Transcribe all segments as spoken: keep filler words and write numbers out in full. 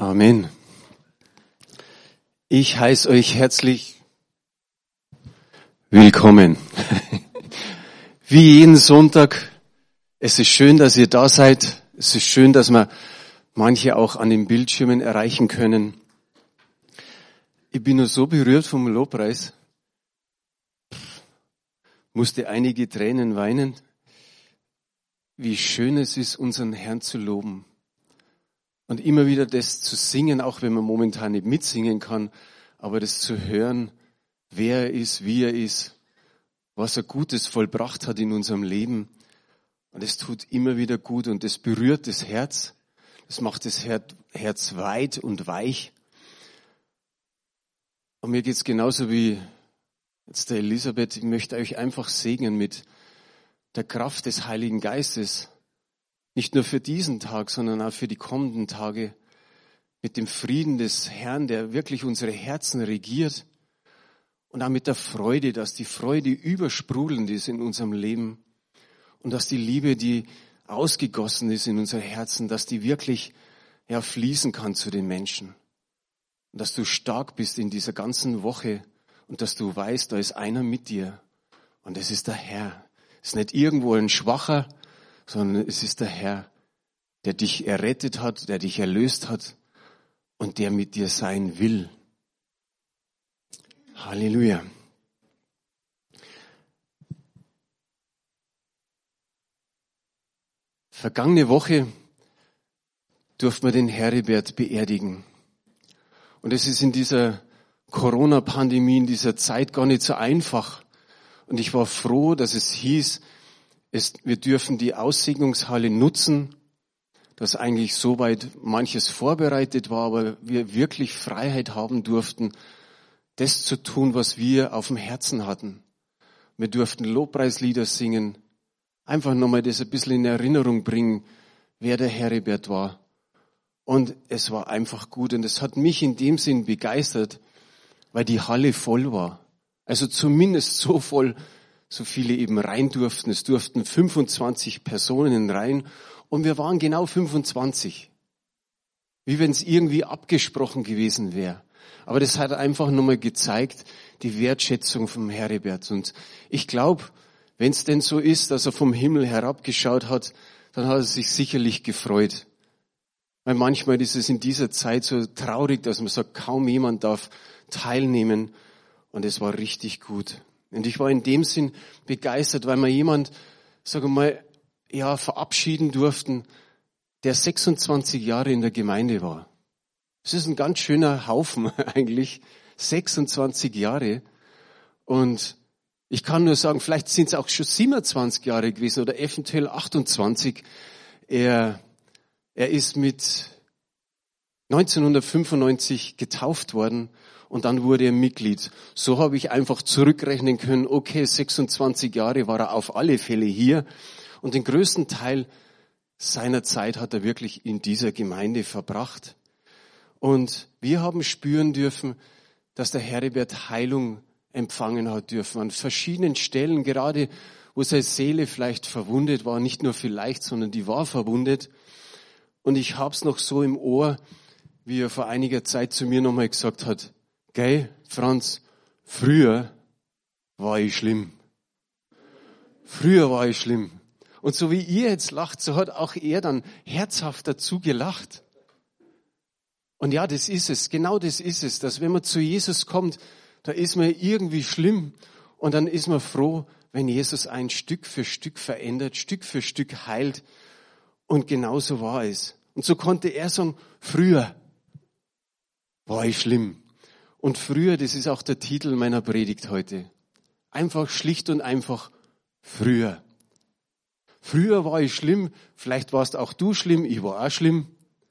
Amen. Ich heiße euch herzlich willkommen. Wie jeden Sonntag. Es ist schön, dass ihr da seid. Es ist schön, dass wir manche auch an den Bildschirmen erreichen können. Ich bin nur so berührt vom Lobpreis. Musste einige Tränen weinen. Wie schön es ist, unseren Herrn zu loben. Und immer wieder das zu singen, auch wenn man momentan nicht mitsingen kann, aber das zu hören, wer er ist, wie er ist, was er Gutes vollbracht hat in unserem Leben. Und es tut immer wieder gut und das berührt das Herz. Das macht das Herz weit und weich. Und mir geht's genauso wie jetzt der Elisabeth. Ich möchte euch einfach segnen mit der Kraft des Heiligen Geistes. Nicht nur für diesen Tag, sondern auch für die kommenden Tage. Mit dem Frieden des Herrn, der wirklich unsere Herzen regiert. Und auch mit der Freude, dass die Freude übersprudelnd ist in unserem Leben. Und dass die Liebe, die ausgegossen ist in unser Herzen, dass die wirklich ja, fließen kann zu den Menschen. Und dass du stark bist in dieser ganzen Woche und dass du weißt, da ist einer mit dir. Und es ist der Herr. Es ist nicht irgendwo ein Schwacher, sondern es ist der Herr, der dich errettet hat, der dich erlöst hat und der mit dir sein will. Halleluja. Vergangene Woche durften wir den Heribert beerdigen. Und es ist in dieser Corona-Pandemie, in dieser Zeit gar nicht so einfach. Und ich war froh, dass es hieß, es, wir dürfen die Aussegnungshalle nutzen, dass eigentlich soweit manches vorbereitet war, aber wir wirklich Freiheit haben durften, das zu tun, was wir auf dem Herzen hatten. Wir durften Lobpreislieder singen, einfach nochmal das ein bisschen in Erinnerung bringen, wer der Heribert war. Und es war einfach gut und es hat mich in dem Sinn begeistert, weil die Halle voll war. Also zumindest so voll, so viele eben rein durften. Es durften fünfundzwanzig Personen rein und wir waren genau fünfundzwanzig. Wie wenn es irgendwie abgesprochen gewesen wäre. Aber das hat einfach nochmal gezeigt, die Wertschätzung vom Heribert. Und ich glaube, wenn es denn so ist, dass er vom Himmel herabgeschaut hat, dann hat er sich sicherlich gefreut. Weil manchmal ist es in dieser Zeit so traurig, dass man sagt, kaum jemand darf teilnehmen. Und es war richtig gut. Und ich war in dem Sinn begeistert, weil wir jemand, sagen wir mal, ja, verabschieden durften, der sechsundzwanzig Jahre in der Gemeinde war. Das ist ein ganz schöner Haufen eigentlich. sechsundzwanzig Jahre. Und ich kann nur sagen, vielleicht sind es auch schon siebenundzwanzig Jahre gewesen oder eventuell achtundzwanzig. Er, er ist mit neunzehnhundertfünfundneunzig getauft worden. Und dann wurde er Mitglied. So habe ich einfach zurückrechnen können, okay, sechsundzwanzig Jahre war er auf alle Fälle hier. Und den größten Teil seiner Zeit hat er wirklich in dieser Gemeinde verbracht. Und wir haben spüren dürfen, dass der Heribert Heilung empfangen hat dürfen. An verschiedenen Stellen, gerade wo seine Seele vielleicht verwundet war, nicht nur vielleicht, sondern die war verwundet. Und ich hab's noch so im Ohr, wie er vor einiger Zeit zu mir nochmal gesagt hat, gell, Franz, früher war ich schlimm. Früher war ich schlimm. Und so wie ihr jetzt lacht, so hat auch er dann herzhaft dazu gelacht. Und ja, das ist es, genau das ist es, dass wenn man zu Jesus kommt, da ist man irgendwie schlimm und dann ist man froh, wenn Jesus ein Stück für Stück verändert, Stück für Stück heilt. Und genauso war es. Und so konnte er sagen, früher war ich schlimm. Und früher, das ist auch der Titel meiner Predigt heute. Einfach schlicht und einfach früher. Früher war ich schlimm, vielleicht warst auch du schlimm, ich war auch schlimm.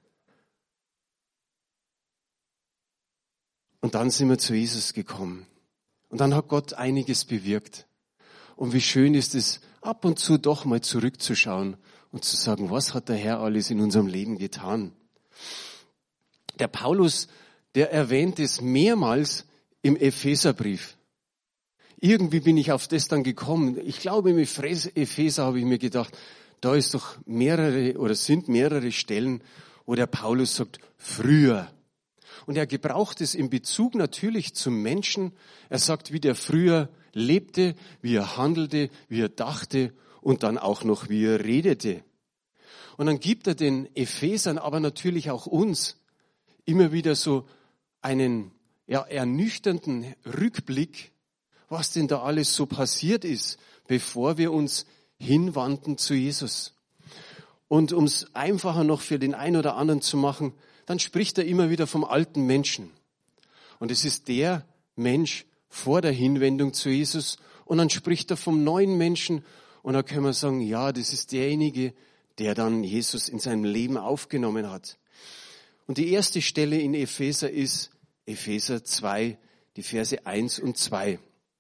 Und dann sind wir zu Jesus gekommen. Und dann hat Gott einiges bewirkt. Und wie schön ist es, ab und zu doch mal zurückzuschauen und zu sagen, was hat der Herr alles in unserem Leben getan? Der Paulus, der erwähnt es mehrmals im Epheserbrief. Irgendwie bin ich auf das dann gekommen. Ich glaube, im Epheser habe ich mir gedacht, da ist doch mehrere oder sind mehrere Stellen, wo der Paulus sagt, früher. Und er gebraucht es in Bezug natürlich zum Menschen. Er sagt, wie der früher lebte, wie er handelte, wie er dachte und dann auch noch, wie er redete. Und dann gibt er den Ephesern, aber natürlich auch uns, immer wieder so einen ja, ernüchternden Rückblick, was denn da alles so passiert ist, bevor wir uns hinwandten zu Jesus. Und um es einfacher noch für den einen oder anderen zu machen, dann spricht er immer wieder vom alten Menschen. Und es ist der Mensch vor der Hinwendung zu Jesus. Und dann spricht er vom neuen Menschen. Und da können wir sagen, ja, das ist derjenige, der dann Jesus in seinem Leben aufgenommen hat. Und die erste Stelle in Epheser ist Epheser zwei, die Verse eins und zwei.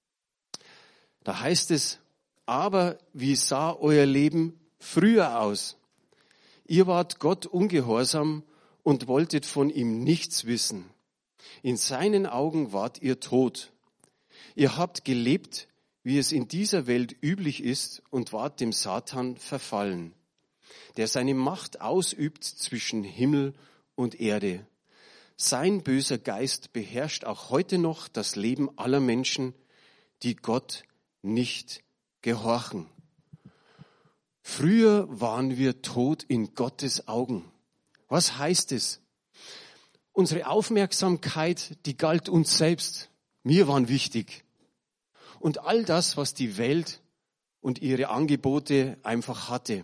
Da heißt es, aber wie sah euer Leben früher aus? Ihr wart Gott ungehorsam und wolltet von ihm nichts wissen. In seinen Augen wart ihr tot. Ihr habt gelebt, wie es in dieser Welt üblich ist, und wart dem Satan verfallen, der seine Macht ausübt zwischen Himmel und Erde. Sein böser Geist beherrscht auch heute noch das Leben aller Menschen, die Gott nicht gehorchen. Früher waren wir tot in Gottes Augen. Was heißt es? Unsere Aufmerksamkeit, die galt uns selbst. Wir waren wichtig. Und all das, was die Welt und ihre Angebote einfach hatte.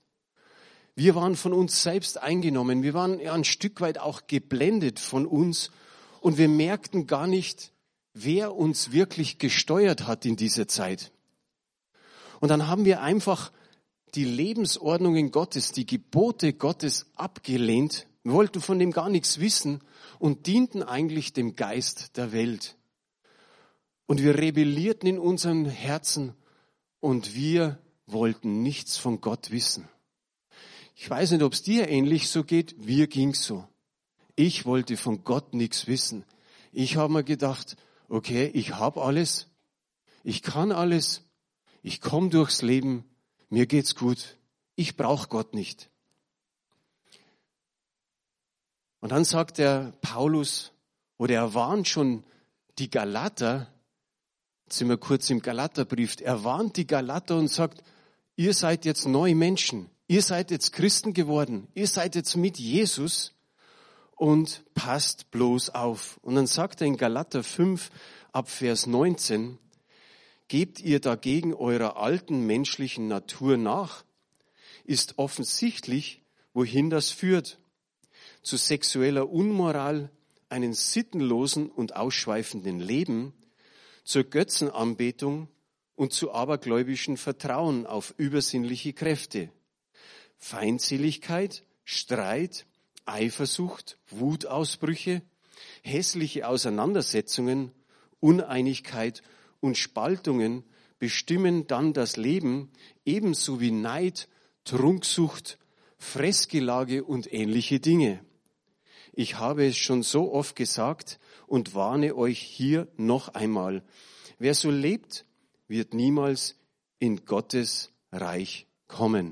Wir waren von uns selbst eingenommen. Wir waren ja ein Stück weit auch geblendet von uns. Und wir merkten gar nicht, wer uns wirklich gesteuert hat in dieser Zeit. Und dann haben wir einfach die Lebensordnungen Gottes, die Gebote Gottes abgelehnt. Wir wollten von dem gar nichts wissen und dienten eigentlich dem Geist der Welt. Und wir rebellierten in unserem Herzen und wir wollten nichts von Gott wissen. Ich weiß nicht, ob es dir ähnlich so geht, mir ging's so. Ich wollte von Gott nichts wissen. Ich habe mir gedacht, okay, ich habe alles, ich kann alles, ich komme durchs Leben, mir geht's gut, ich brauche Gott nicht. Und dann sagt der Paulus, oder er warnt schon die Galater, jetzt sind wir kurz im Galaterbrief, er warnt die Galater und sagt, ihr seid jetzt neue Menschen, ihr seid jetzt Christen geworden, ihr seid jetzt mit Jesus und passt bloß auf. Und dann sagt er in Galater fünf ab Vers neunzehn, gebt ihr dagegen eurer alten menschlichen Natur nach, ist offensichtlich, wohin das führt. Zu sexueller Unmoral, einen sittenlosen und ausschweifenden Leben, zur Götzenanbetung und zu abergläubischem Vertrauen auf übersinnliche Kräfte. Feindseligkeit, Streit, Eifersucht, Wutausbrüche, hässliche Auseinandersetzungen, Uneinigkeit und Spaltungen bestimmen dann das Leben, ebenso wie Neid, Trunksucht, Fressgelage und ähnliche Dinge. Ich habe es schon so oft gesagt und warne euch hier noch einmal. Wer so lebt, wird niemals in Gottes Reich kommen.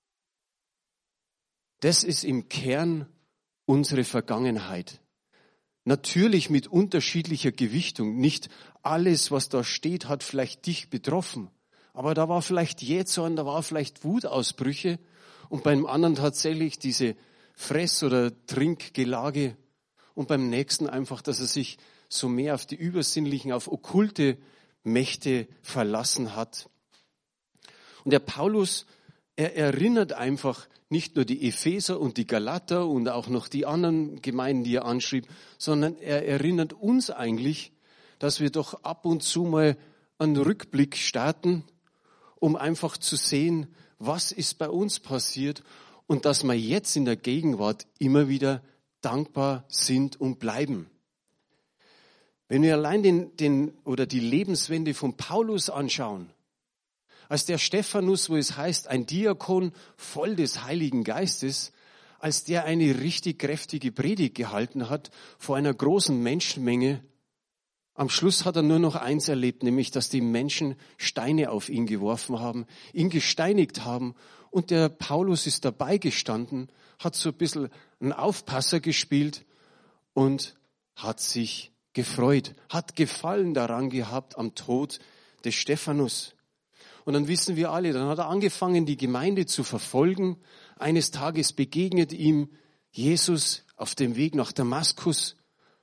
Das ist im Kern unsere Vergangenheit. Natürlich mit unterschiedlicher Gewichtung. Nicht alles, was da steht, hat vielleicht dich betroffen. Aber da war vielleicht Jähzorn, da war vielleicht Wutausbrüche und beim anderen tatsächlich diese Fress- oder Trinkgelage und beim nächsten einfach, dass er sich so mehr auf die übersinnlichen, auf okkulte Mächte verlassen hat. Und der Paulus, er erinnert einfach nicht nur die Epheser und die Galater und auch noch die anderen Gemeinden, die er anschrieb, sondern er erinnert uns eigentlich, dass wir doch ab und zu mal einen Rückblick starten, um einfach zu sehen, was ist bei uns passiert und dass wir jetzt in der Gegenwart immer wieder dankbar sind und bleiben. Wenn wir allein den, den oder die Lebenswende von Paulus anschauen, als der Stephanus, wo es heißt, ein Diakon voll des Heiligen Geistes, als der eine richtig kräftige Predigt gehalten hat vor einer großen Menschenmenge, Am Schluss hat er nur noch eins erlebt, nämlich, dass die Menschen Steine auf ihn geworfen haben, ihn gesteinigt haben. Und der Paulus ist dabei gestanden, hat so ein bisschen einen Aufpasser gespielt und hat sich gefreut, hat Gefallen daran gehabt am Tod des Stephanus. Und dann wissen wir alle, dann hat er angefangen, die Gemeinde zu verfolgen. Eines Tages begegnet ihm Jesus auf dem Weg nach Damaskus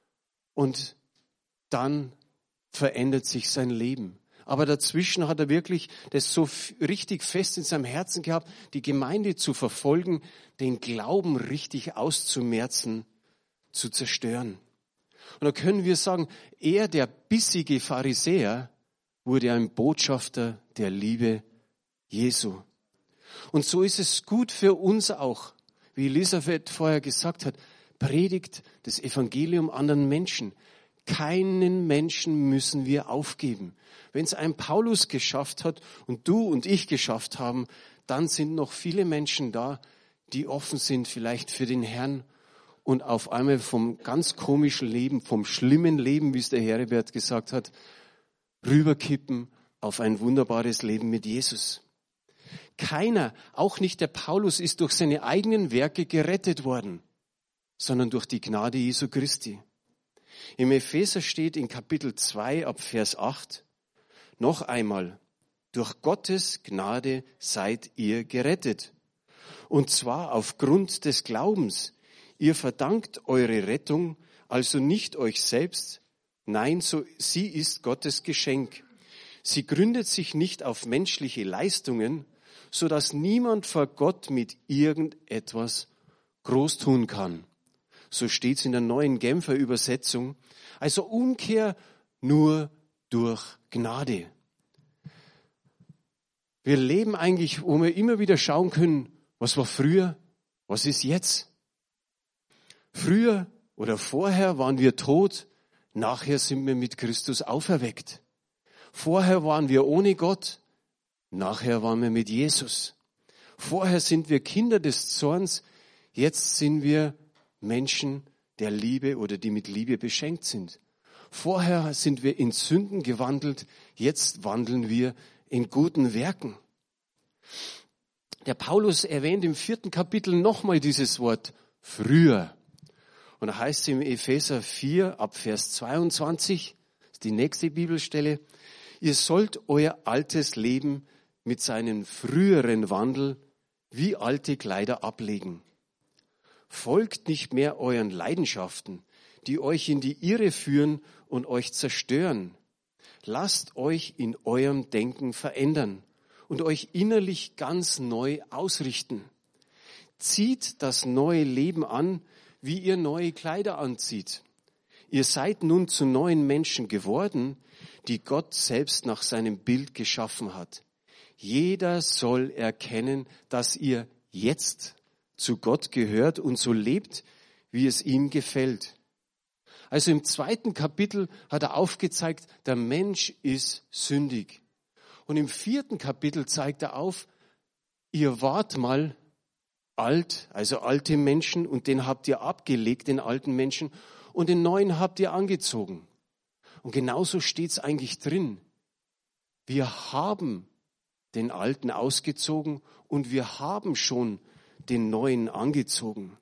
und dann verändert sich sein Leben. Aber dazwischen hat er wirklich das so richtig fest in seinem Herzen gehabt, die Gemeinde zu verfolgen, den Glauben richtig auszumerzen, zu zerstören. Und da können wir sagen, er, der bissige Pharisäer, wurde ein Botschafter der Liebe Jesu. Und so ist es gut für uns auch, wie Elisabeth vorher gesagt hat, predigt das Evangelium anderen Menschen. Keinen Menschen müssen wir aufgeben. Wenn es ein Paulus geschafft hat und du und ich geschafft haben, dann sind noch viele Menschen da, die offen sind vielleicht für den Herrn und auf einmal vom ganz komischen Leben, vom schlimmen Leben, wie es der Heribert gesagt hat, rüberkippen auf ein wunderbares Leben mit Jesus. Keiner, auch nicht der Paulus, ist durch seine eigenen Werke gerettet worden, sondern durch die Gnade Jesu Christi. Im Epheser steht in Kapitel zwei ab Vers acht, noch einmal, durch Gottes Gnade seid ihr gerettet. Und zwar aufgrund des Glaubens. Ihr verdankt eure Rettung also nicht euch selbst, nein, so, sie ist Gottes Geschenk. Sie gründet sich nicht auf menschliche Leistungen, so dass niemand vor Gott mit irgendetwas groß tun kann. So steht es in der neuen Genfer Übersetzung. Also Umkehr nur durch Gnade. Wir leben eigentlich, wo wir immer wieder schauen können, was war früher, was ist jetzt. Früher oder vorher waren wir tot, nachher sind wir mit Christus auferweckt. Vorher waren wir ohne Gott, nachher waren wir mit Jesus. Vorher sind wir Kinder des Zorns, jetzt sind wir Menschen der Liebe oder die mit Liebe beschenkt sind. Vorher sind wir in Sünden gewandelt, jetzt wandeln wir in guten Werken. Der Paulus erwähnt im vierten Kapitel nochmal dieses Wort früher. Und da heißt es im Epheser vier ab Vers zweiundzwanzig, das ist die nächste Bibelstelle, ihr sollt euer altes Leben mit seinem früheren Wandel wie alte Kleider ablegen. Folgt nicht mehr euren Leidenschaften, die euch in die Irre führen und euch zerstören. Lasst euch in eurem Denken verändern und euch innerlich ganz neu ausrichten. Zieht das neue Leben an, wie ihr neue Kleider anzieht. Ihr seid nun zu neuen Menschen geworden, die Gott selbst nach seinem Bild geschaffen hat. Jeder soll erkennen, dass ihr jetzt zu Gott gehört und so lebt, wie es ihm gefällt. Also im zweiten Kapitel hat er aufgezeigt, der Mensch ist sündig. Und im vierten Kapitel zeigt er auf, ihr wart mal alt, also alte Menschen, und den habt ihr abgelegt, den alten Menschen, und den neuen habt ihr angezogen. Und genauso steht es eigentlich drin. Wir haben den Alten ausgezogen und wir haben schon den Neuen angezogen.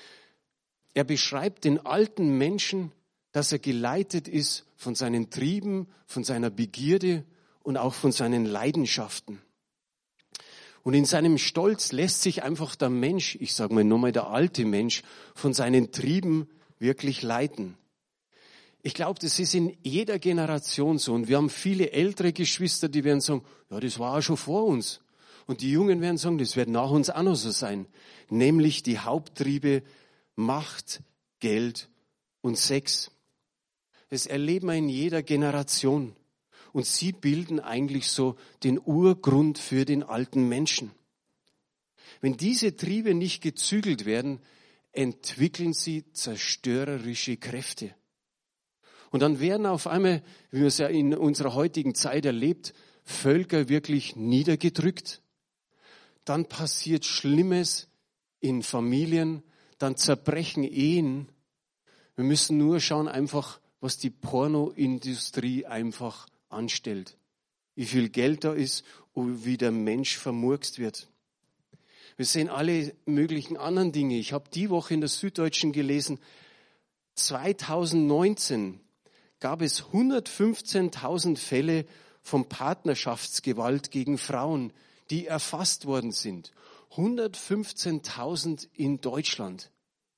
Er beschreibt den alten Menschen, dass er geleitet ist von seinen Trieben, von seiner Begierde und auch von seinen Leidenschaften. Und in seinem Stolz lässt sich einfach der Mensch, ich sage mal nochmal der alte Mensch, von seinen Trieben wirklich leiten. Ich glaube, das ist in jeder Generation so. Und wir haben viele ältere Geschwister, die werden sagen, ja, das war auch schon vor uns. Und die Jungen werden sagen, das wird nach uns auch noch so sein. Nämlich die Haupttriebe Macht, Geld und Sex. Das erleben wir in jeder Generation. Und sie bilden eigentlich so den Urgrund für den alten Menschen. Wenn diese Triebe nicht gezügelt werden, entwickeln sie zerstörerische Kräfte. Und dann werden auf einmal, wie man es ja in unserer heutigen Zeit erlebt, Völker wirklich niedergedrückt. Dann passiert Schlimmes in Familien, dann zerbrechen Ehen. Wir müssen nur schauen einfach, was die Pornoindustrie einfach anstellt. Wie viel Geld da ist und wie der Mensch vermurkst wird. Wir sehen alle möglichen anderen Dinge. Ich habe die Woche in der Süddeutschen gelesen, zweitausendneunzehn gab es hundertfünfzehntausend Fälle von Partnerschaftsgewalt gegen Frauen, die erfasst worden sind. hundertfünfzehntausend in Deutschland.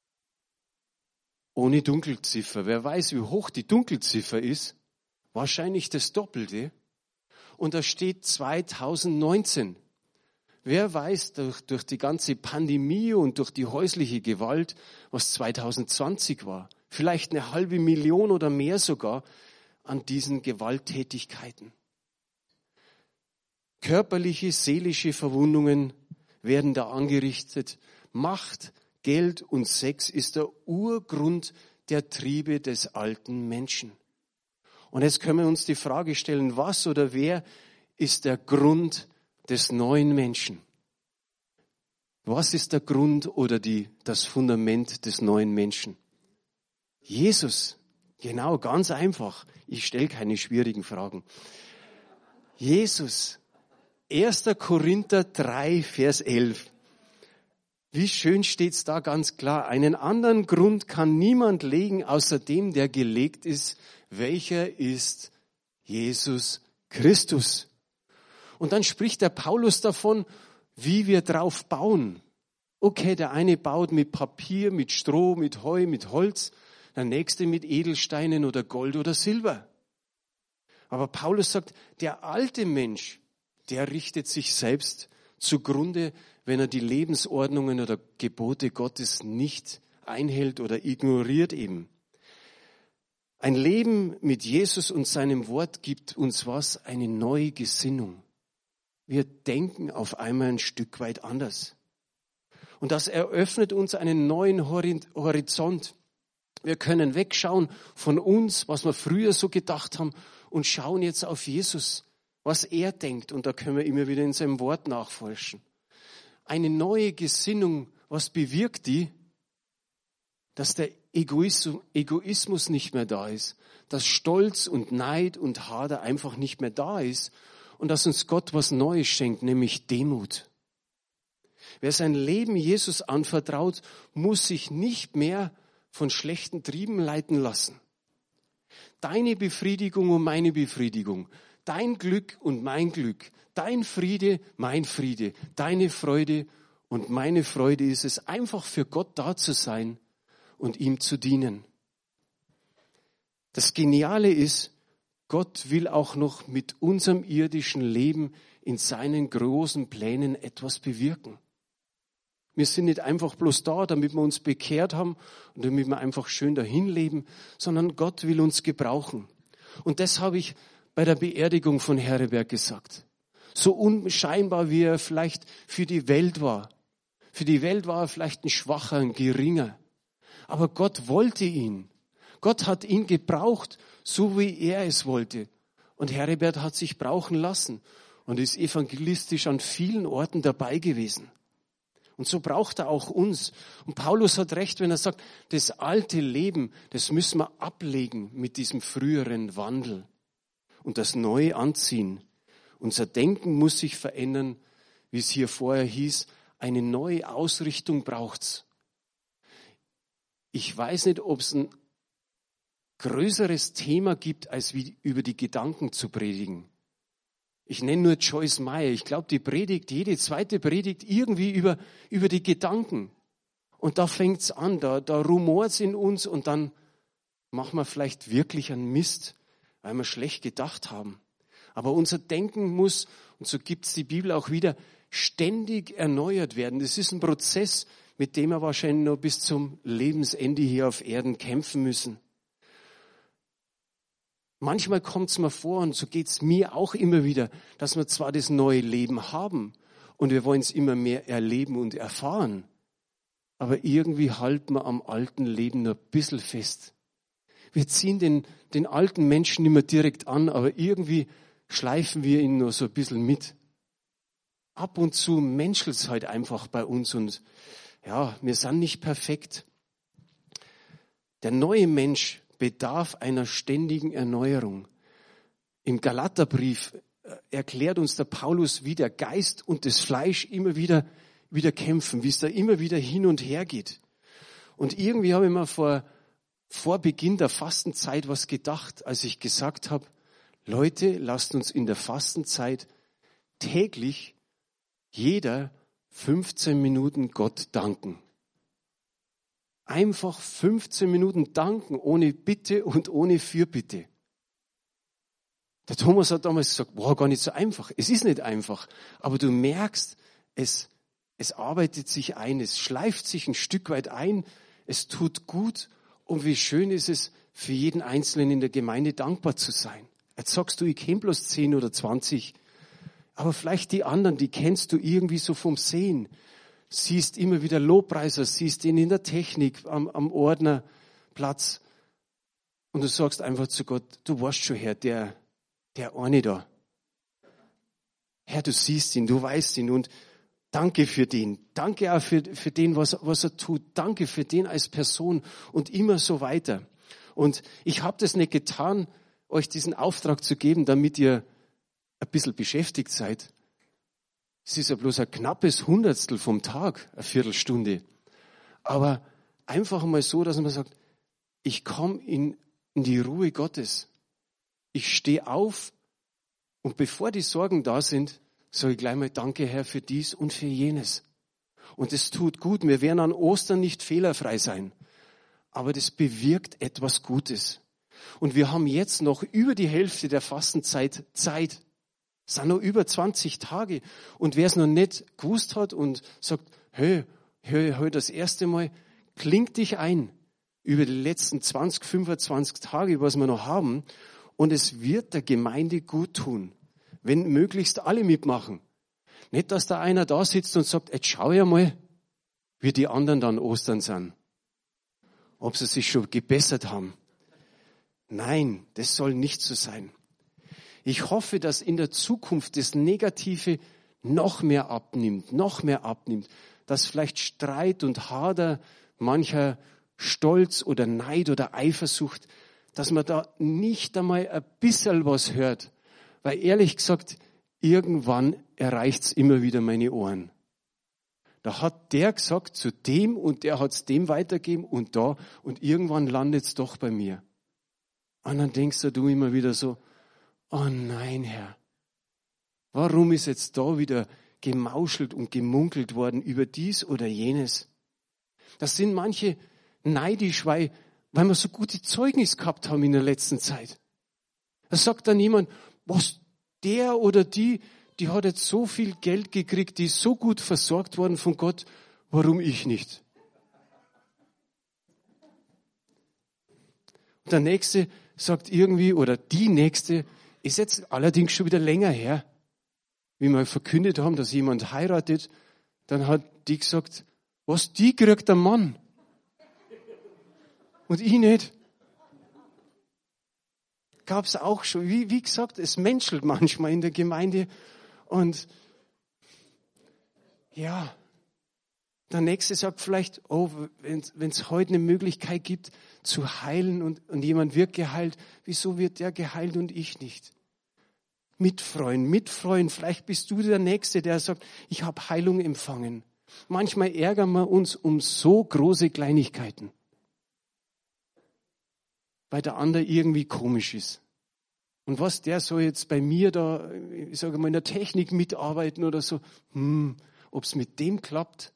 Ohne Dunkelziffer. Wer weiß, wie hoch die Dunkelziffer ist? Wahrscheinlich das Doppelte. Und da steht zweitausendneunzehn. Wer weiß durch, durch die ganze Pandemie und durch die häusliche Gewalt, was zweitausendzwanzig war? Vielleicht eine halbe Million oder mehr sogar an diesen Gewalttätigkeiten. Körperliche, seelische Verwundungen werden da angerichtet. Macht, Geld und Sex ist der Urgrund der Triebe des alten Menschen. Und jetzt können wir uns die Frage stellen, was oder wer ist der Grund des neuen Menschen? Was ist der Grund oder die, das Fundament des neuen Menschen? Jesus. Genau, ganz einfach. Ich stelle keine schwierigen Fragen. Jesus. erster Korinther drei, Vers elf. Wie schön steht's da ganz klar. Einen anderen Grund kann niemand legen, außer dem, der gelegt ist. Welcher ist Jesus Christus? Und dann spricht der Paulus davon, wie wir drauf bauen. Okay, der eine baut mit Papier, mit Stroh, mit Heu, mit Holz. Der nächste mit Edelsteinen oder Gold oder Silber. Aber Paulus sagt, der alte Mensch, der richtet sich selbst zugrunde, wenn er die Lebensordnungen oder Gebote Gottes nicht einhält oder ignoriert eben. Ein Leben mit Jesus und seinem Wort gibt uns was? Eine neue Gesinnung. Wir denken auf einmal ein Stück weit anders. Und das eröffnet uns einen neuen Horizont. Wir können wegschauen von uns, was wir früher so gedacht haben, und schauen jetzt auf Jesus, was er denkt. Und da können wir immer wieder in seinem Wort nachforschen. Eine neue Gesinnung, was bewirkt die? Dass der Egoismus nicht mehr da ist, dass Stolz und Neid und Hader einfach nicht mehr da ist und dass uns Gott was Neues schenkt, nämlich Demut. Wer sein Leben Jesus anvertraut, muss sich nicht mehr von schlechten Trieben leiten lassen. Deine Befriedigung und meine Befriedigung, dein Glück und mein Glück, dein Friede, mein Friede, deine Freude und meine Freude ist es, einfach für Gott da zu sein und ihm zu dienen. Das Geniale ist, Gott will auch noch mit unserem irdischen Leben in seinen großen Plänen etwas bewirken. Wir sind nicht einfach bloß da, damit wir uns bekehrt haben und damit wir einfach schön dahin leben, sondern Gott will uns gebrauchen. Und das habe ich bei der Beerdigung von Heribert gesagt. So unscheinbar, wie er vielleicht für die Welt war. Für die Welt war er vielleicht ein Schwacher, ein Geringer. Aber Gott wollte ihn. Gott hat ihn gebraucht, so wie er es wollte. Und Heribert hat sich brauchen lassen und ist evangelistisch an vielen Orten dabei gewesen. Und so braucht er auch uns. Und Paulus hat recht, wenn er sagt, das alte Leben, das müssen wir ablegen mit diesem früheren Wandel und das Neue anziehen. Unser Denken muss sich verändern, wie es hier vorher hieß, eine neue Ausrichtung braucht's. Ich weiß nicht, ob es ein größeres Thema gibt, als wie über die Gedanken zu predigen. Ich nenne nur Joyce Meyer. Ich glaube, die predigt, jede zweite predigt irgendwie über, über die Gedanken. Und da fängt's an, da, da rumort's in uns und dann machen wir vielleicht wirklich einen Mist, weil wir schlecht gedacht haben. Aber unser Denken muss, und so gibt's die Bibel auch wieder, ständig erneuert werden. Das ist ein Prozess, mit dem wir wahrscheinlich noch bis zum Lebensende hier auf Erden kämpfen müssen. Manchmal kommt es mir vor, und so geht es mir auch immer wieder, dass wir zwar das neue Leben haben und wir wollen es immer mehr erleben und erfahren, aber irgendwie halten wir am alten Leben nur ein bisschen fest. Wir ziehen den, den alten Menschen nicht mehr direkt an, aber irgendwie schleifen wir ihn nur so ein bisschen mit. Ab und zu menschelt es halt einfach bei uns und ja, wir sind nicht perfekt. Der neue Mensch bedarf einer ständigen Erneuerung. Im Galaterbrief erklärt uns der Paulus, wie der Geist und das Fleisch immer wieder, wieder kämpfen, wie es da immer wieder hin und her geht. Und irgendwie habe ich mir vor, vor Beginn der Fastenzeit was gedacht, als ich gesagt habe, Leute, lasst uns in der Fastenzeit täglich jeder fünfzehn Minuten Gott danken. Einfach fünfzehn Minuten danken, ohne Bitte und ohne Fürbitte. Der Thomas hat damals gesagt, boah, gar nicht so einfach. Es ist nicht einfach. Aber du merkst, es, es arbeitet sich ein, es schleift sich ein Stück weit ein, es tut gut. Und wie schön ist es, für jeden Einzelnen in der Gemeinde dankbar zu sein. Jetzt sagst du, ich kenne bloß zehn oder zwanzig. Aber vielleicht die anderen, die kennst du irgendwie so vom Sehen. Siehst immer wieder Lobpreiser, siehst ihn in der Technik, am, am Ordnerplatz. Und du sagst einfach zu Gott, du weißt schon, Herr, der, der eine da. Herr, du siehst ihn, du weißt ihn und danke für den. Danke auch für, für den, was, was er tut. Danke für den als Person und immer so weiter. Und ich habe das nicht getan, euch diesen Auftrag zu geben, damit ihr ein bisschen beschäftigt seid. Es ist ja bloß ein knappes Hundertstel vom Tag, eine Viertelstunde. Aber einfach mal so, dass man sagt, ich komme in, in die Ruhe Gottes. Ich stehe auf und bevor die Sorgen da sind, sage ich gleich mal Danke, Herr, für dies und für jenes. Und es tut gut. Wir werden an Ostern nicht fehlerfrei sein. Aber das bewirkt etwas Gutes. Und wir haben jetzt noch über die Hälfte der Fastenzeit Zeit. Es sind noch über zwanzig Tage. Und wer es noch nicht gewusst hat und sagt, hey, hör, hör das erste Mal, kling dich ein über die letzten zwanzig, fünfundzwanzig Tage, was wir noch haben. Und es wird der Gemeinde gut tun, wenn möglichst alle mitmachen. Nicht, dass da einer da sitzt und sagt, jetzt schau ja mal, wie die anderen dann Ostern sind. Ob sie sich schon gebessert haben. Nein, das soll nicht so sein. Ich hoffe, dass in der Zukunft das Negative noch mehr abnimmt, noch mehr abnimmt. Dass vielleicht Streit und Hader, mancher Stolz oder Neid oder Eifersucht, dass man da nicht einmal ein bisschen was hört. Weil ehrlich gesagt, irgendwann erreicht's immer wieder meine Ohren. Da hat der gesagt zu dem und der hat's dem weitergegeben und da und irgendwann landet's doch bei mir. Und dann denkst du immer wieder so, oh nein, Herr, warum ist jetzt da wieder gemauschelt und gemunkelt worden über dies oder jenes? Das sind manche neidisch, weil, weil wir so gute Zeugnis gehabt haben in der letzten Zeit. Da sagt dann jemand, was der oder die, die hat jetzt so viel Geld gekriegt, die ist so gut versorgt worden von Gott, warum ich nicht? Und der Nächste sagt irgendwie, oder die Nächste, ist jetzt allerdings schon wieder länger her, wie wir verkündet haben, dass jemand heiratet, dann hat die gesagt, was, die kriegt der Mann? Und ich nicht. Gab's auch schon. Wie, wie gesagt, es menschelt manchmal in der Gemeinde. Und ja, der Nächste sagt vielleicht, oh, wenn es heute eine Möglichkeit gibt, zu heilen und, und jemand wird geheilt, wieso wird der geheilt und ich nicht? Mitfreuen, mitfreuen. Vielleicht bist du der Nächste, der sagt, ich habe Heilung empfangen. Manchmal ärgern wir uns um so große Kleinigkeiten, weil der andere irgendwie komisch ist. Und was, der soll jetzt bei mir da, ich sage mal, in der Technik mitarbeiten oder so, hm, ob es mit dem klappt?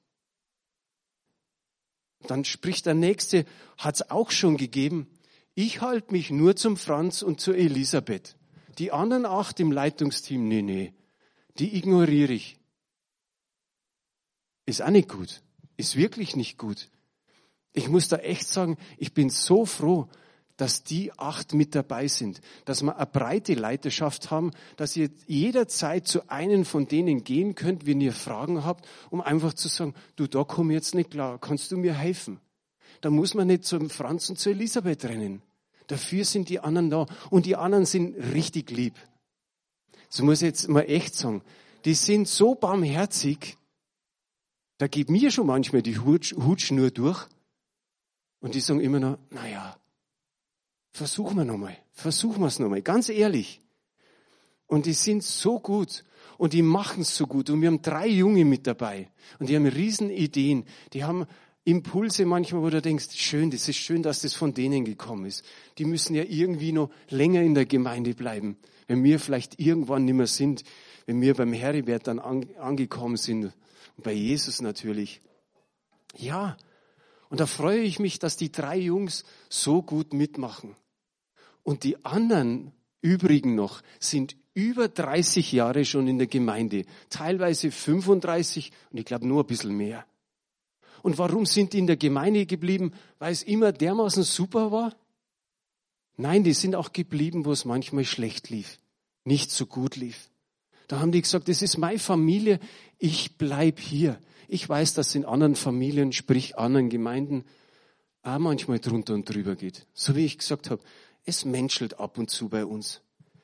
Dann spricht der Nächste, hat es auch schon gegeben, ich halte mich nur zum Franz und zur Elisabeth. Die anderen acht im Leitungsteam, nee, nee, die ignoriere ich. Ist auch nicht gut. Ist wirklich nicht gut. Ich muss da echt sagen, ich bin so froh, dass die acht mit dabei sind, dass wir eine breite Leiterschaft haben, dass ihr jederzeit zu einem von denen gehen könnt, wenn ihr Fragen habt, um einfach zu sagen, du, da komme ich jetzt nicht klar, kannst du mir helfen? Da muss man nicht zum Franz und zur Elisabeth rennen. Dafür sind die anderen da und die anderen sind richtig lieb. So muss ich jetzt mal echt sagen, die sind so barmherzig, da geht mir schon manchmal die Hutschnur durch und die sagen immer noch, naja, versuchen wir nochmal, versuchen wir es nochmal, ganz ehrlich. Und die sind so gut und die machen es so gut. Und wir haben drei Junge mit dabei und die haben riesen Ideen. Die haben Impulse manchmal, wo du denkst, schön, das ist schön, dass das von denen gekommen ist. Die müssen ja irgendwie noch länger in der Gemeinde bleiben, wenn wir vielleicht irgendwann nicht mehr sind, wenn wir beim Heribert dann angekommen sind und bei Jesus natürlich. Ja, und da freue ich mich, dass die drei Jungs so gut mitmachen. Und die anderen übrigen noch sind über dreißig Jahre schon in der Gemeinde, teilweise fünfunddreißig und ich glaube nur ein bisschen mehr. Und warum sind die in der Gemeinde geblieben? Weil es immer dermaßen super war? Nein, die sind auch geblieben, wo es manchmal schlecht lief, nicht so gut lief. Da haben die gesagt, das ist meine Familie, ich bleib hier. Ich weiß, dass es in anderen Familien, sprich anderen Gemeinden, auch manchmal drunter und drüber geht. So wie ich gesagt habe, es menschelt ab und zu bei uns.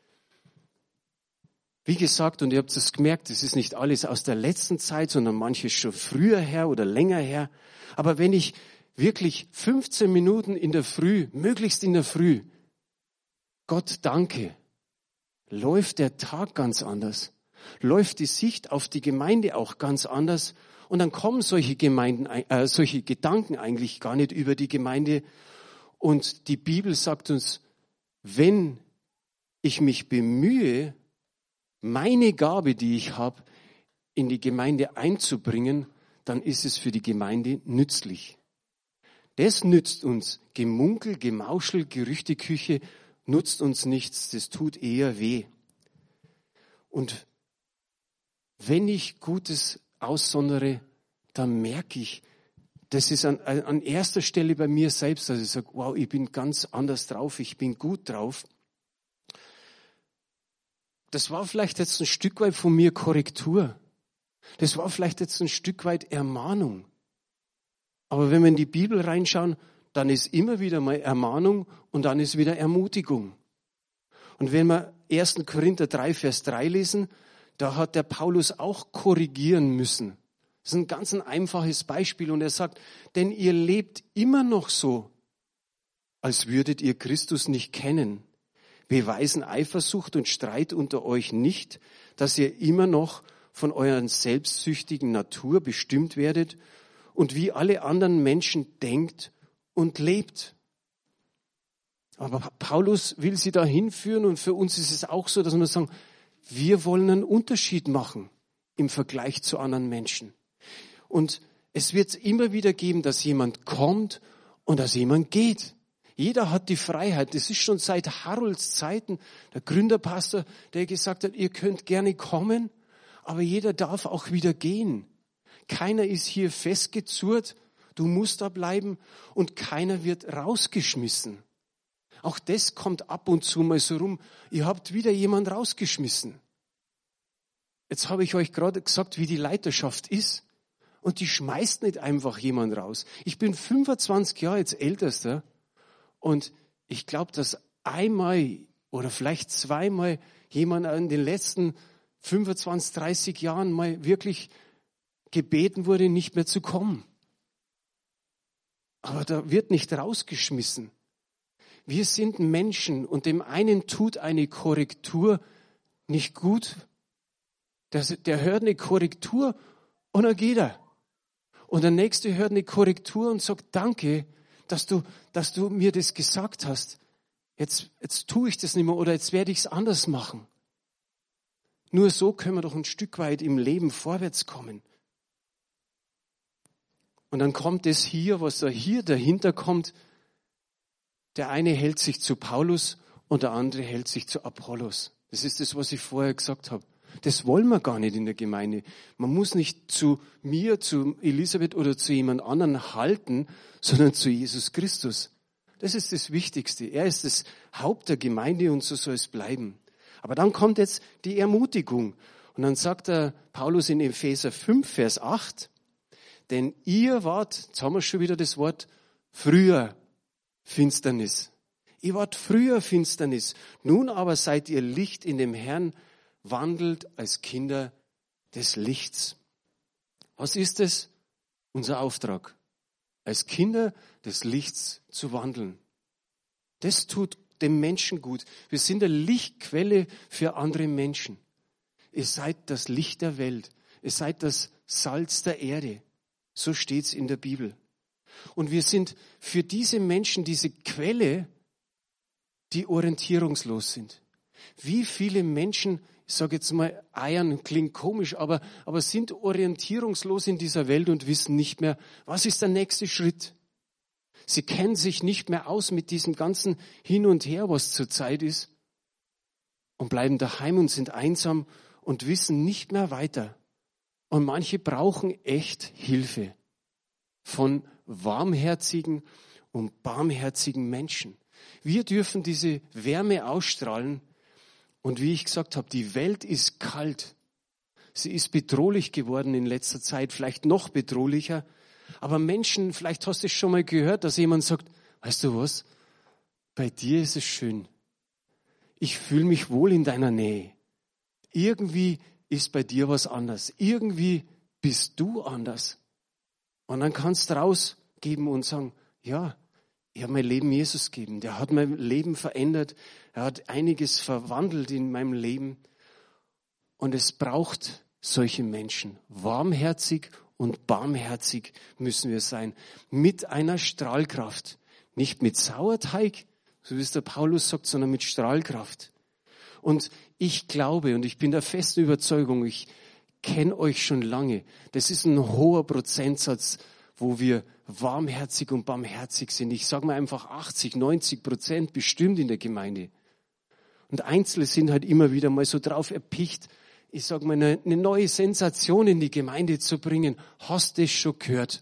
Wie gesagt, und ihr habt es gemerkt, es ist nicht alles aus der letzten Zeit, sondern manches schon früher her oder länger her. Aber wenn ich wirklich fünfzehn Minuten in der Früh, möglichst in der Früh, Gott danke, läuft der Tag ganz anders. Läuft die Sicht auf die Gemeinde auch ganz anders. Und dann kommen solche Gemeinden, äh, solche Gedanken eigentlich gar nicht über die Gemeinde. Und die Bibel sagt uns, wenn ich mich bemühe, meine Gabe, die ich habe, in die Gemeinde einzubringen, dann ist es für die Gemeinde nützlich. Das nützt uns. Gemunkel, Gemauschel, Gerüchteküche nutzt uns nichts. Das tut eher weh. Und wenn ich Gutes aussondere, dann merke ich, das ist an, an erster Stelle bei mir selbst, dass ich sage, wow, ich bin ganz anders drauf, ich bin gut drauf. Das war vielleicht jetzt ein Stück weit von mir Korrektur. Das war vielleicht jetzt ein Stück weit Ermahnung. Aber wenn wir in die Bibel reinschauen, dann ist immer wieder mal Ermahnung und dann ist wieder Ermutigung. Und wenn wir erster Korinther drei, Vers drei lesen, da hat der Paulus auch korrigieren müssen. Das ist ein ganz ein einfaches Beispiel und er sagt, denn ihr lebt immer noch so, als würdet ihr Christus nicht kennen. Beweisen Eifersucht und Streit unter euch nicht, dass ihr immer noch von euren selbstsüchtigen Natur bestimmt werdet und wie alle anderen Menschen denkt und lebt. Aber Paulus will sie da hinführen und für uns ist es auch so, dass wir sagen, wir wollen einen Unterschied machen im Vergleich zu anderen Menschen. Und es wird immer wieder geben, dass jemand kommt und dass jemand geht. Jeder hat die Freiheit. Das ist schon seit Harolds Zeiten der Gründerpastor, der gesagt hat, ihr könnt gerne kommen, aber jeder darf auch wieder gehen. Keiner ist hier festgezurrt, du musst da bleiben und keiner wird rausgeschmissen. Auch das kommt ab und zu mal so rum. Ihr habt wieder jemand rausgeschmissen. Jetzt habe ich euch gerade gesagt, wie die Leiterschaft ist. Und die schmeißt nicht einfach jemand raus. Ich bin fünfundzwanzig Jahre jetzt Ältester. Und ich glaube, dass einmal oder vielleicht zweimal jemand in den letzten fünfundzwanzig, dreißig Jahren mal wirklich gebeten wurde, nicht mehr zu kommen. Aber da wird nicht rausgeschmissen. Wir sind Menschen und dem einen tut eine Korrektur nicht gut. Der, der hört eine Korrektur und dann geht er. Und der nächste hört eine Korrektur und sagt, danke, dass du, dass du mir das gesagt hast. Jetzt, jetzt tue ich das nicht mehr oder jetzt werde ich es anders machen. Nur so können wir doch ein Stück weit im Leben vorwärts kommen. Und dann kommt es hier, was da hier dahinter kommt. Der eine hält sich zu Paulus und der andere hält sich zu Apollos. Das ist das, was ich vorher gesagt habe. Das wollen wir gar nicht in der Gemeinde. Man muss nicht zu mir, zu Elisabeth oder zu jemand anderen halten, sondern zu Jesus Christus. Das ist das Wichtigste. Er ist das Haupt der Gemeinde und so soll es bleiben. Aber dann kommt jetzt die Ermutigung. Und dann sagt der Paulus in Epheser fünf, Vers acht, denn ihr wart, jetzt haben wir schon wieder das Wort, früher Finsternis. Ihr wart früher Finsternis. Nun aber seid ihr Licht in dem Herrn, wandelt als Kinder des Lichts. Was ist es? Unser Auftrag. Als Kinder des Lichts zu wandeln. Das tut dem Menschen gut. Wir sind eine Lichtquelle für andere Menschen. Ihr seid das Licht der Welt. Ihr seid das Salz der Erde. So steht's in der Bibel. Und wir sind für diese Menschen diese Quelle, die orientierungslos sind. Wie viele Menschen, ich sage jetzt mal, eiern, klingt komisch, aber, aber sind orientierungslos in dieser Welt und wissen nicht mehr, was ist der nächste Schritt. Sie kennen sich nicht mehr aus mit diesem ganzen Hin und Her, was zurzeit ist, und bleiben daheim und sind einsam und wissen nicht mehr weiter. Und manche brauchen echt Hilfe von warmherzigen und barmherzigen Menschen. Wir dürfen diese Wärme ausstrahlen. Und wie ich gesagt habe, die Welt ist kalt. Sie ist bedrohlich geworden in letzter Zeit, vielleicht noch bedrohlicher. Aber Menschen, vielleicht hast du es schon mal gehört, dass jemand sagt, weißt du was, bei dir ist es schön. Ich fühle mich wohl in deiner Nähe. Irgendwie ist bei dir was anders. Irgendwie bist du anders. Und dann kannst du rausgeben und sagen, ja, ich habe mein Leben Jesus gegeben. Der hat mein Leben verändert. Er hat einiges verwandelt in meinem Leben. Und es braucht solche Menschen. Warmherzig und barmherzig müssen wir sein. Mit einer Strahlkraft. Nicht mit Sauerteig, so wie es der Paulus sagt, sondern mit Strahlkraft. Und ich glaube und ich bin der festen Überzeugung, ich kenne euch schon lange. Das ist ein hoher Prozentsatz, wo wir warmherzig und barmherzig sind. Ich sage mal einfach achtzig, neunzig Prozent bestimmt in der Gemeinde. Und Einzelne sind halt immer wieder mal so drauf erpicht, ich sage mal, eine, eine neue Sensation in die Gemeinde zu bringen. Hast du das schon gehört?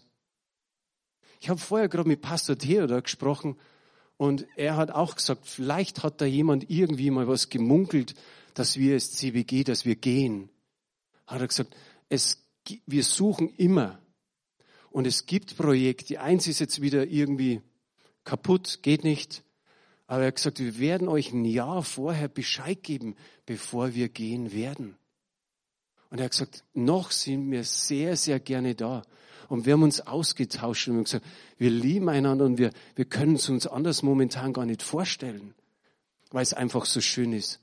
Ich habe vorher gerade mit Pastor Theodor gesprochen und er hat auch gesagt, vielleicht hat da jemand irgendwie mal was gemunkelt, dass wir als C B G, dass wir gehen. Hat er gesagt, es, wir suchen immer. Und es gibt Projekte. Eins ist jetzt wieder irgendwie kaputt, geht nicht. Aber er hat gesagt, wir werden euch ein Jahr vorher Bescheid geben, bevor wir gehen werden. Und er hat gesagt, noch sind wir sehr, sehr gerne da. Und wir haben uns ausgetauscht und wir haben gesagt, wir lieben einander und wir, wir können es uns anders momentan gar nicht vorstellen, weil es einfach so schön ist.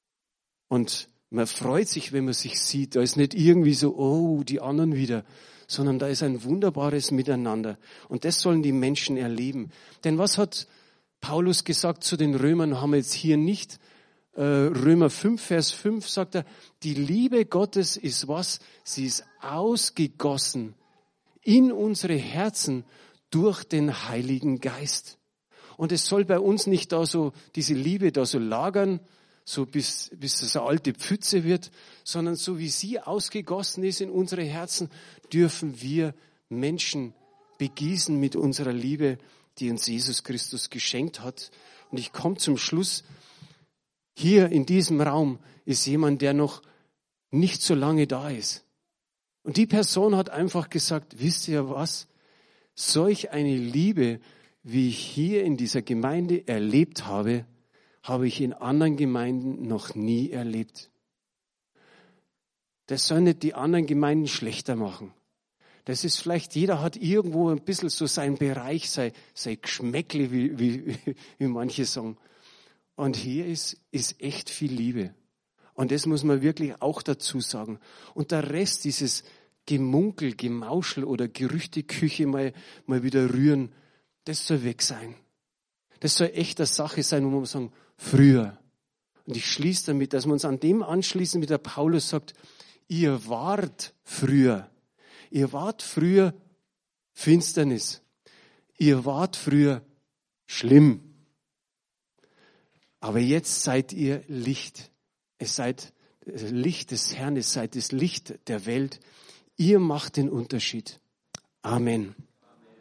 Und man freut sich, wenn man sich sieht. Da ist nicht irgendwie so, oh, die anderen wieder, sondern da ist ein wunderbares Miteinander. Und das sollen die Menschen erleben. Denn was hat Paulus gesagt zu den Römern, haben wir jetzt hier nicht. Äh, Römer fünf, Vers fünf sagt er, die Liebe Gottes ist was? Sie ist ausgegossen in unsere Herzen durch den Heiligen Geist. Und es soll bei uns nicht da so, diese Liebe da so lagern, so bis, bis es eine alte Pfütze wird, sondern so wie sie ausgegossen ist in unsere Herzen, dürfen wir Menschen begießen mit unserer Liebe, die uns Jesus Christus geschenkt hat. Und ich komme zum Schluss. Hier in diesem Raum ist jemand, der noch nicht so lange da ist. Und die Person hat einfach gesagt, wisst ihr was? Solch eine Liebe, wie ich hier in dieser Gemeinde erlebt habe, habe ich in anderen Gemeinden noch nie erlebt. Das soll nicht die anderen Gemeinden schlechter machen. Das ist vielleicht, jeder hat irgendwo ein bisschen so seinen Bereich, sein, sein Geschmäckle, wie, wie, wie manche sagen. Und hier ist, ist echt viel Liebe. Und das muss man wirklich auch dazu sagen. Und der Rest, dieses Gemunkel, Gemauschel oder Gerüchteküche mal, mal wieder rühren, das soll weg sein. Das soll echt eine Sache sein, wo man sagen, früher. Und ich schließe damit, dass wir uns an dem anschließen, wie der Paulus sagt, ihr wart früher. Ihr wart früher Finsternis. Ihr wart früher schlimm. Aber jetzt seid ihr Licht. Es seid das Licht des Herrn, es seid das Licht der Welt. Ihr macht den Unterschied. Amen.